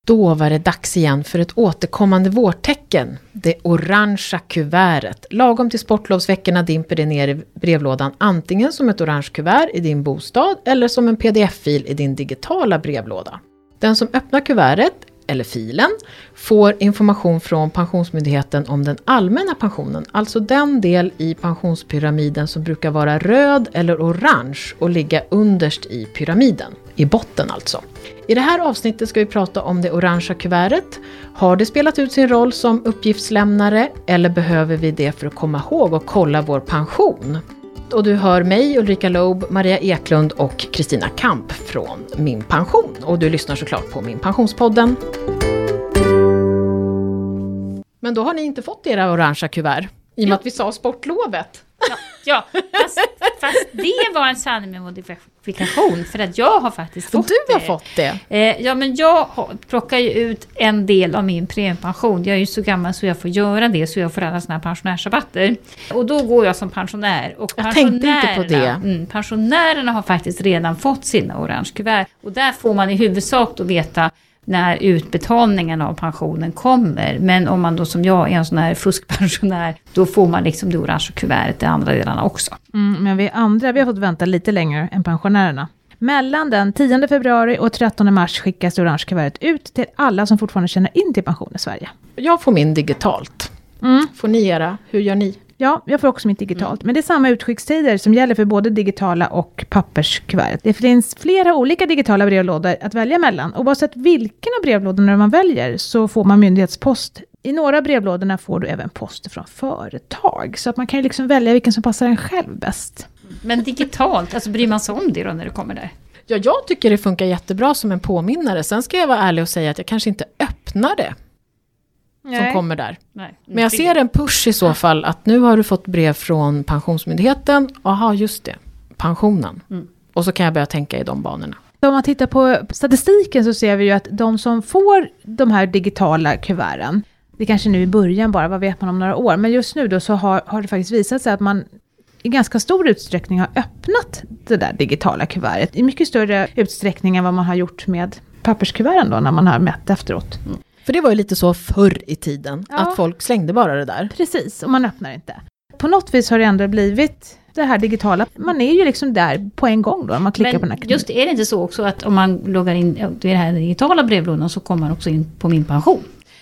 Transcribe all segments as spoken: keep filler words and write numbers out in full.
Då var det dags igen för ett återkommande vårtecken. Det orangea kuvertet. Lagom till sportlovsveckorna dimper det ner i brevlådan antingen som ett orange kuvert i din bostad eller som en pdf-fil i din digitala brevlåda. Den som öppnar kuvertet eller filen får information från Pensionsmyndigheten om den allmänna pensionen. Alltså den del i pensionspyramiden som brukar vara röd eller orange och ligga underst i pyramiden. I botten alltså. I det här avsnittet ska vi prata om det orangea kuvertet. Har det spelat ut sin roll som uppgiftslämnare eller behöver vi det för att komma ihåg och kolla vår pension? Och du hör mig, Ulrika Loeb, Maria Eklund och Kristina Kamp från Min Pension. Och du lyssnar såklart på Min Pensionspodden. Men då har ni inte fått era orangea kuvert i och med ja. att vi sa sportlovet. Ja, ja. Fast, fast det var en sanning med modifikation för att jag har faktiskt fått du har det. fått det. Eh, ja, men jag har, plockar ju ut en del av min premiepension. Jag är ju så gammal så jag får göra det, så jag får alla såna här pensionärsrabatter. Och då går jag som pensionär. Och jag tänkte inte på det. Mm, pensionärerna har faktiskt redan fått sina orange kuvert. Och där får man i huvudsak då veta när utbetalningen av pensionen kommer. Men om man då som jag är en sån här fuskpensionär, då får man liksom det orange kuvertet i andra delarna också. Mm, men vi andra, vi har fått vänta lite längre än pensionärerna. Mellan den tionde februari och trettonde mars skickas det orange kuvertet ut till alla som fortfarande känner in till pension i Sverige. Jag får min digitalt. Mm. Får ni era? Hur gör ni? Ja, jag får också mitt digitalt. Mm. Men det är samma utskickstider som gäller för både digitala och papperskuvertet. Det finns flera olika digitala brevlådor att välja mellan. Oavsett vilken av brevlådorna man väljer så får man myndighetspost. I några brevlådorna får du även post från företag. Så att man kan ju liksom välja vilken som passar en själv bäst. Men digitalt, alltså bryr man sig om det då när det kommer där? Ja, jag tycker det funkar jättebra som en påminnare. Sen ska jag vara ärlig och säga att jag kanske inte öppnar det. Nej. Som kommer där. Nej. Men jag ser en push i så fall att nu har du fått brev från Pensionsmyndigheten. Aha, just det. Pensionen. Mm. Och så kan jag börja tänka i de banorna. Om man tittar på statistiken så ser vi ju att de som får de här digitala kuverten, det kanske nu i början bara, vad vet man om några år, men just nu då så har, har det faktiskt visat sig att man i ganska stor utsträckning har öppnat det där digitala kuvertet i mycket större utsträckning än vad man har gjort med papperskuverten då när man har mätt efteråt. Mm. För det var ju lite så förr i tiden, ja. Att folk slängde bara det där. Precis, och man öppnar inte. På något vis har det ändå blivit det här digitala. Man är ju liksom där på en gång då, när man klickar Men på den här knappen. Just är det inte så också att om man loggar in i det här digitala brevlådan så kommer man också in på Min Pension?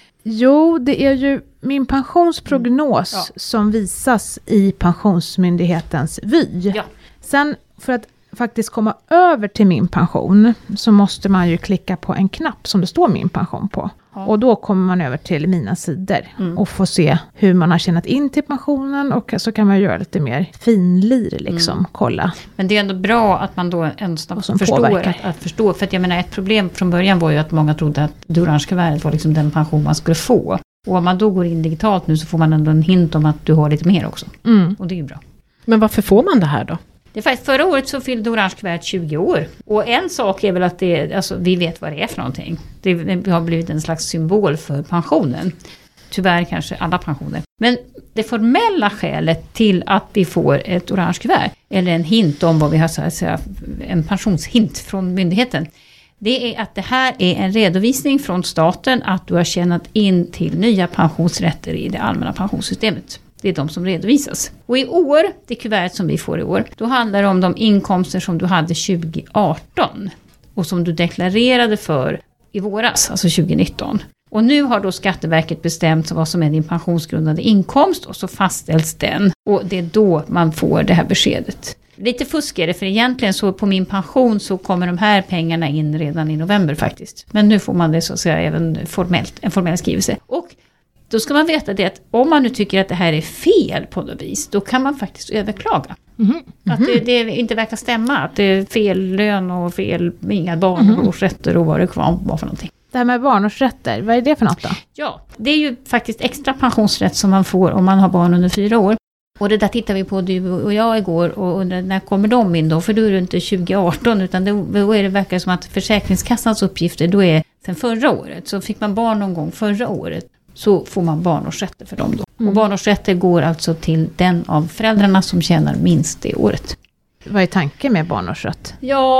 Jo, det är ju Min Pensionsprognos mm. ja. som visas i Pensionsmyndighetens vy. Ja. Sen för att faktiskt komma över till Min Pension så måste man ju klicka på en knapp som det står Min Pension på. Ja. Och då kommer man över till Mina sidor mm. och får se hur man har tjänat in till pensionen och så kan man göra lite mer finlir liksom, mm. kolla. Men det är ändå bra att man då ensam förstår att, att förstå. För att jag menar, ett problem från början var ju att många trodde att det orange kuvertet var liksom den pension man skulle få. Och om man då går in digitalt nu så får man ändå en hint om att du har lite mer också. Mm. Och det är ju bra. Men varför får man det här då? Det är faktiskt, förra året så fyllde orange kuvertet tjugo år. Och en sak är väl att det, alltså, vi vet vad det är för någonting. Det, det har blivit en slags symbol för pensionen. Tyvärr kanske alla pensioner. Men det formella skälet till att vi får ett orange kuvert, eller en hint om vad vi har, så att säga, en pensionshint från myndigheten, det är att det här är en redovisning från staten att du har tjänat in till nya pensionsrätter i det allmänna pensionssystemet. Det är de som redovisas. Och i år, det kuvertet som vi får i år, då handlar det om de inkomster som du hade tjugo arton och som du deklarerade för i våras, alltså tjugo nitton. Och nu har då Skatteverket bestämt vad som är din pensionsgrundande inkomst och så fastställs den. Och det är då man får det här beskedet. Lite fusk är det, för egentligen så på Min Pension så kommer de här pengarna in redan i november faktiskt. Men nu får man det så att säga även formellt, en formell skrivelse. Och då ska man veta det att om man nu tycker att det här är fel på något vis, då kan man faktiskt överklaga. Mm-hmm. Mm-hmm. Att det, det inte verkar stämma, att det är fel lön och fel, inga barnårsrätter och vad det var för någonting. Det här med barnårsrätter, vad är det för något då? Ja, det är ju faktiskt extra pensionsrätt som man får om man har barn under fyra år. Och det där tittar vi på du och jag igår och undrar när kommer de in då? För då är det inte tjugo arton utan då, då är det verkar som att Försäkringskassans uppgifter då är sen förra året. Så fick man barn någon gång förra året så får man barnårsrätter för dem då. Mm. Och barnårsrätter går alltså till den av föräldrarna som tjänar minst det året. Vad är tanken med barnårsrätt? Ja,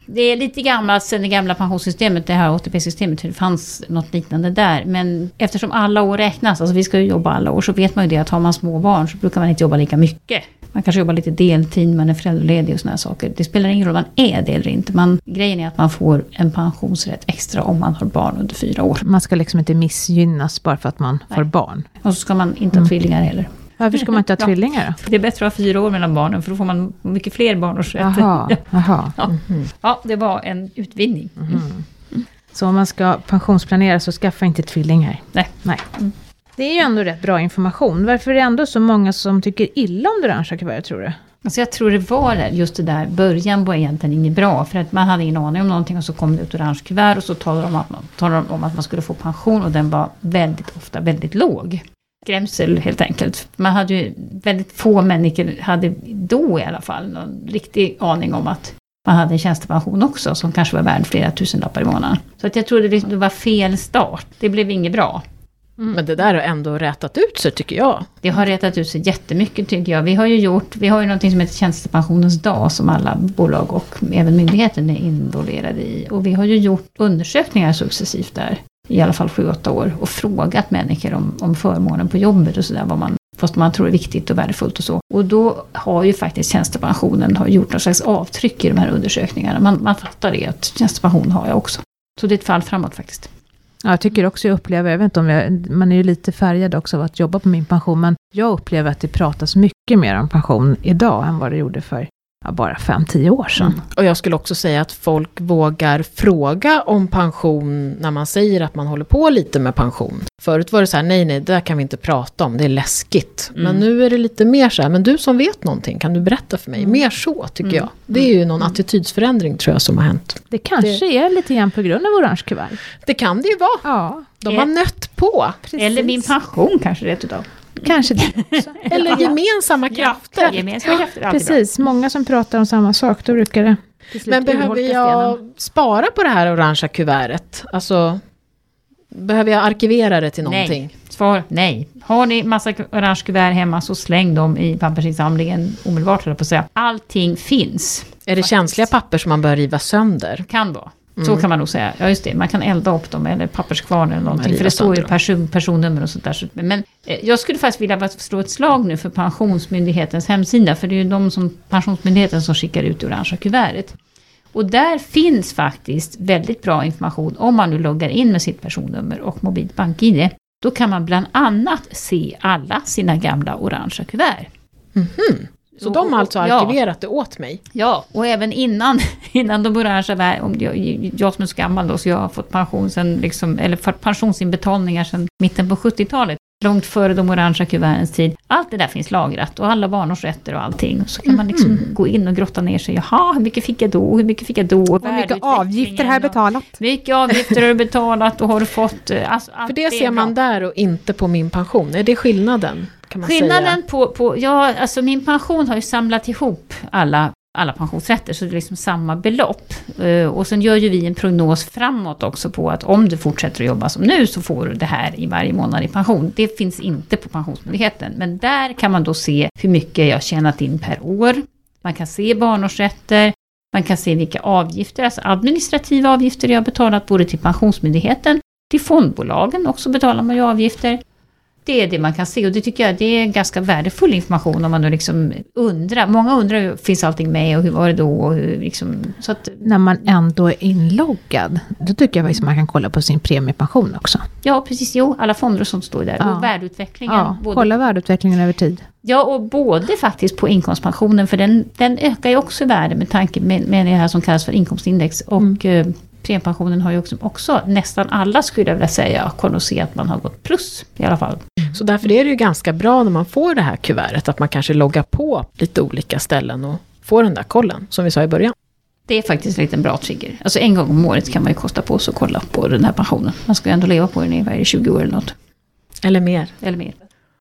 Det är lite gammalt sen det gamla pensionssystemet, det här A T P-systemet, det fanns något liknande där. Men eftersom alla år räknas, alltså vi ska ju jobba alla år, så vet man ju det att har man små barn så brukar man inte jobba lika mycket. Man kanske jobbar lite deltid, man är föräldraledig och såna här saker. Det spelar ingen roll om man är det eller inte. Man, grejen är att man får en pensionsrätt extra om man har barn under fyra år. Man ska liksom inte missgynnas bara för att man Nej. får barn. Och så ska man inte ha mm. tvillingar heller. Varför ska man inte ha ja. tvillingar då? Det är bättre att ha fyra år mellan barnen, för då får man mycket fler barnårsrätter. Jaha, jaha. Ja. Mm-hmm. ja, det var en utvidgning. Mm. Mm. Så om man ska pensionsplanera så skaffa inte tvillingar. Nej. Nej. Mm. Det är ju ändå rätt bra information. Varför är det ändå så många som tycker illa om det orangea kuvertet, tror du? Alltså jag tror det var det, just det där, början var egentligen inget bra. För att man hade ingen aning om någonting och så kom det ett orange kuvert och så talade de om att man, talade om att man skulle få pension och den var väldigt ofta väldigt låg. Skrämsel helt enkelt. Man hade ju väldigt få människor, hade då i alla fall någon riktig aning om att man hade en tjänstepension också som kanske var värd flera tusenlappar i månaden. Så att jag tror det, det var fel start. Det blev inget bra. Mm. Men det där har ändå rätat ut sig, tycker jag. Det har rätat ut sig jättemycket, tycker jag. Vi har ju gjort, vi har ju någonting som heter tjänstepensionens dag som alla bolag och även myndigheten är involverade i. Och vi har ju gjort undersökningar successivt där i alla fall sju åtta år och frågat människor om, om förmånen på jobbet och sådär, vad man, fast man tror är viktigt och värdefullt och så. Och då har ju faktiskt tjänstepensionen har gjort någon slags avtryck i de här undersökningarna. Man, man fattar det, att tjänstepension har jag också. Så det är ett fall framåt faktiskt. Ja, jag tycker också jag upplever, jag vet inte om jag, man är ju lite färgad också av att jobba på min pension, men jag upplever att det pratas mycket mer om pension idag än vad det gjorde för ja, bara fem tio år sedan. Mm. Och jag skulle också säga att folk vågar fråga om pension när man säger att man håller på lite med pension. Förut var det så här, nej nej, det där kan vi inte prata om, det är läskigt. Mm. Men nu är det lite mer så här, men du som vet någonting, kan du berätta för mig? Mm. Mer så tycker mm. jag. Det är ju någon mm. attitydsförändring tror jag som har hänt. Det kanske det är lite grann på grund av orange kuvert. Det kan det ju vara. Ja. De har nött på. Precis. Eller min pension kanske rätt utav. Kanske det också. Eller ja. gemensamma krafter. Ja, gemensamma krafter är precis, bra. Många som pratar om samma sak, då brukar det. Men behöver jag stenen. spara på det här orangea kuvertet? Alltså, behöver jag arkivera det till någonting? Nej. Svar nej. Har ni massa orange kuvert hemma så släng dem i pappersinsamlingen omedelbart, eller på att säga. Allting finns. Är det faktiskt. Känsliga papper som man bör riva sönder? Kan vara. Mm. Så kan man nog säga. Ja just det, man kan elda upp dem eller papperskvarn eller någonting. För det står ju person, personnummer och sånt där. Men eh, jag skulle faktiskt vilja slå ett slag nu för Pensionsmyndighetens hemsida. För det är ju de som, Pensionsmyndigheten som skickar ut det orangea kuvertet. Och där finns faktiskt väldigt bra information om man nu loggar in med sitt personnummer och mobilt bank-I D. Då kan man bland annat se alla sina gamla orangea kuvert. Mhm. Så och, de har alltså arkiverat ja. det åt mig? Ja, och även innan, innan de orangea var, om jag, jag som är så gammal då, så jag har fått pension sen, liksom, eller pensionsinbetalningar sedan mitten på sjuttiotalet. Långt före de orangea kuvertens tid. Allt det där finns lagrat och alla barnårsrätter och allting. Så kan man liksom mm. gå in och grotta ner sig. Jaha, hur mycket fick jag då? Hur mycket fick jag då? Och mycket avgifter har jag betalat. Mycket avgifter har du betalat och har du fått... Alltså, för det, det ser man där och inte på min pension. Är det skillnaden? Kan man skillnaden säga? på... på ja, alltså min pension har ju samlat ihop alla... alla pensionsrätter, så det är liksom samma belopp. Uh, och sen gör ju vi en prognos framåt också på att om du fortsätter att jobba som nu så får du det här i varje månad i pension. Det finns inte på Pensionsmyndigheten, men där kan man då se hur mycket jag tjänat in per år. Man kan se barnårsrätter, man kan se vilka avgifter, alltså administrativa avgifter jag har betalat både till Pensionsmyndigheten, till fondbolagen också betalar man ju avgifter. Det är det man kan se och det tycker jag det är ganska värdefull information om man då liksom undrar. Många undrar, finns allting med och hur var det då? Och hur liksom, så att, när man ändå är inloggad, då tycker jag faktiskt man kan kolla på sin premiepension också. Ja, precis. Jo, alla fonder och sånt står där. Ja. Och värdutvecklingen. Ja, både, kolla värdutvecklingen över tid. Ja, och både faktiskt på inkomstpensionen, för den, den ökar ju också i värde med tanke med, med det här som kallas för inkomstindex. Och mm. premiepensionen har ju också, också nästan alla, skulle jag vilja säga, kunnat se att man har gått plus i alla fall. Så därför är det ju ganska bra när man får det här kuvertet att man kanske loggar på lite olika ställen och får den där kollen som vi sa i början. Det är faktiskt en liten bra trigger. Alltså en gång om året kan man ju kosta på sig att kolla på den här pensionen. Man ska ju ändå leva på den i varje tjugo år eller något. Eller mer. Eller mer.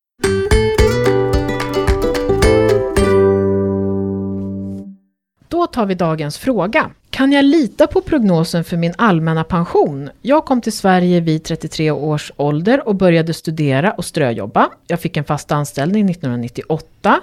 Då tar vi dagens fråga. Kan jag lita på prognosen för min allmänna pension? Jag kom till Sverige vid trettiotre års ålder och började studera och ströjobba. Jag fick en fast anställning nittonhundranittioåtta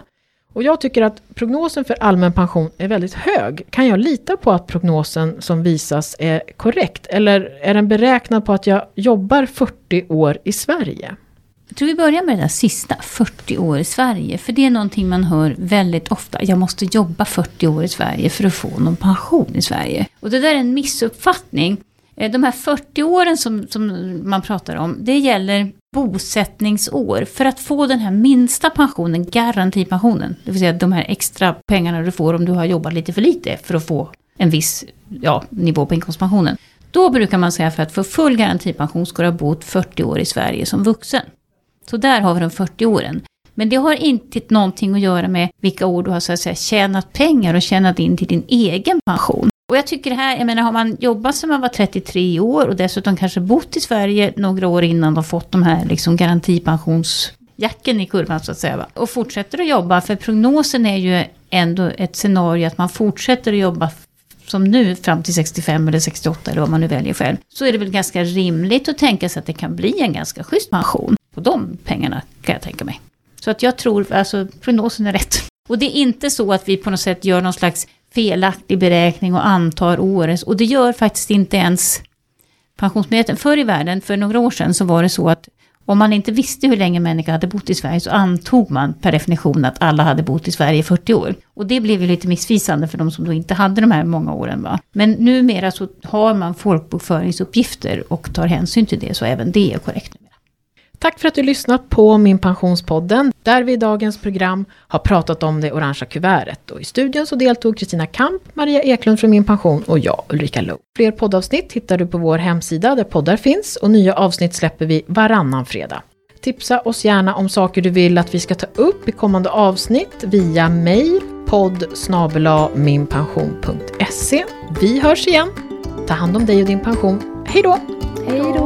Och jag tycker att prognosen för allmän pension är väldigt hög. Kan jag lita på att prognosen som visas är korrekt? Eller är den beräknad på att jag jobbar fyrtio år i Sverige? Jag tror vi börjar med det där sista, fyrtio år i Sverige. För det är någonting man hör väldigt ofta. Jag måste jobba fyrtio år i Sverige för att få någon pension i Sverige. Och det där är en missuppfattning. De här fyrtio åren som, som man pratar om, det gäller bosättningsår. För att få den här minsta pensionen, garantipensionen, det vill säga de här extra pengarna du får om du har jobbat lite för lite för att få en viss ja, nivå på inkomstpensionen. Då brukar man säga för att få full garantipension ska du ha bott fyrtio år i Sverige som vuxen. Så där har vi de fyrtio åren. Men det har inte någonting att göra med vilka år du har så att säga, tjänat pengar och tjänat in till din egen pension. Och jag tycker det här, jag menar har man jobbat sedan man var trettiotre år och dessutom kanske bott i Sverige några år innan de fått de här liksom garantipensionsjacken i kurvan så att säga. Va? Och fortsätter att jobba, för prognosen är ju ändå ett scenario att man fortsätter att jobba som nu fram till sextiofem eller sextioåtta eller vad man nu väljer själv. Så är det väl ganska rimligt att tänka sig att det kan bli en ganska schysst pension på de pengarna kan jag tänka mig. Så att jag tror, alltså prognosen är rätt. Och det är inte så att vi på något sätt gör någon slags felaktig beräkning och antar året. Och det gör faktiskt inte ens Pensionsmyndigheten. Förr i världen, för några år sedan, så var det så att om man inte visste hur länge människor hade bott i Sverige så antog man per definition att alla hade bott i Sverige i fyrtio år. Och det blev ju lite missvisande för de som då inte hade de här många åren. Va? Men numera så har man folkbokföringsuppgifter och tar hänsyn till det, så även det är korrekt. Tack för att du lyssnat på Min Pensionspodden, där vi i dagens program har pratat om det orangea kuvertet. Och i studion så deltog Kristina Kamp, Maria Eklund från Min Pension och jag, Ulrika Low. Fler poddavsnitt hittar du på vår hemsida där poddar finns och nya avsnitt släpper vi varannan fredag. Tipsa oss gärna om saker du vill att vi ska ta upp i kommande avsnitt via mejl podd snabel-a minpension punkt se. Vi hörs igen. Ta hand om dig och din pension. Hej då! Hej då!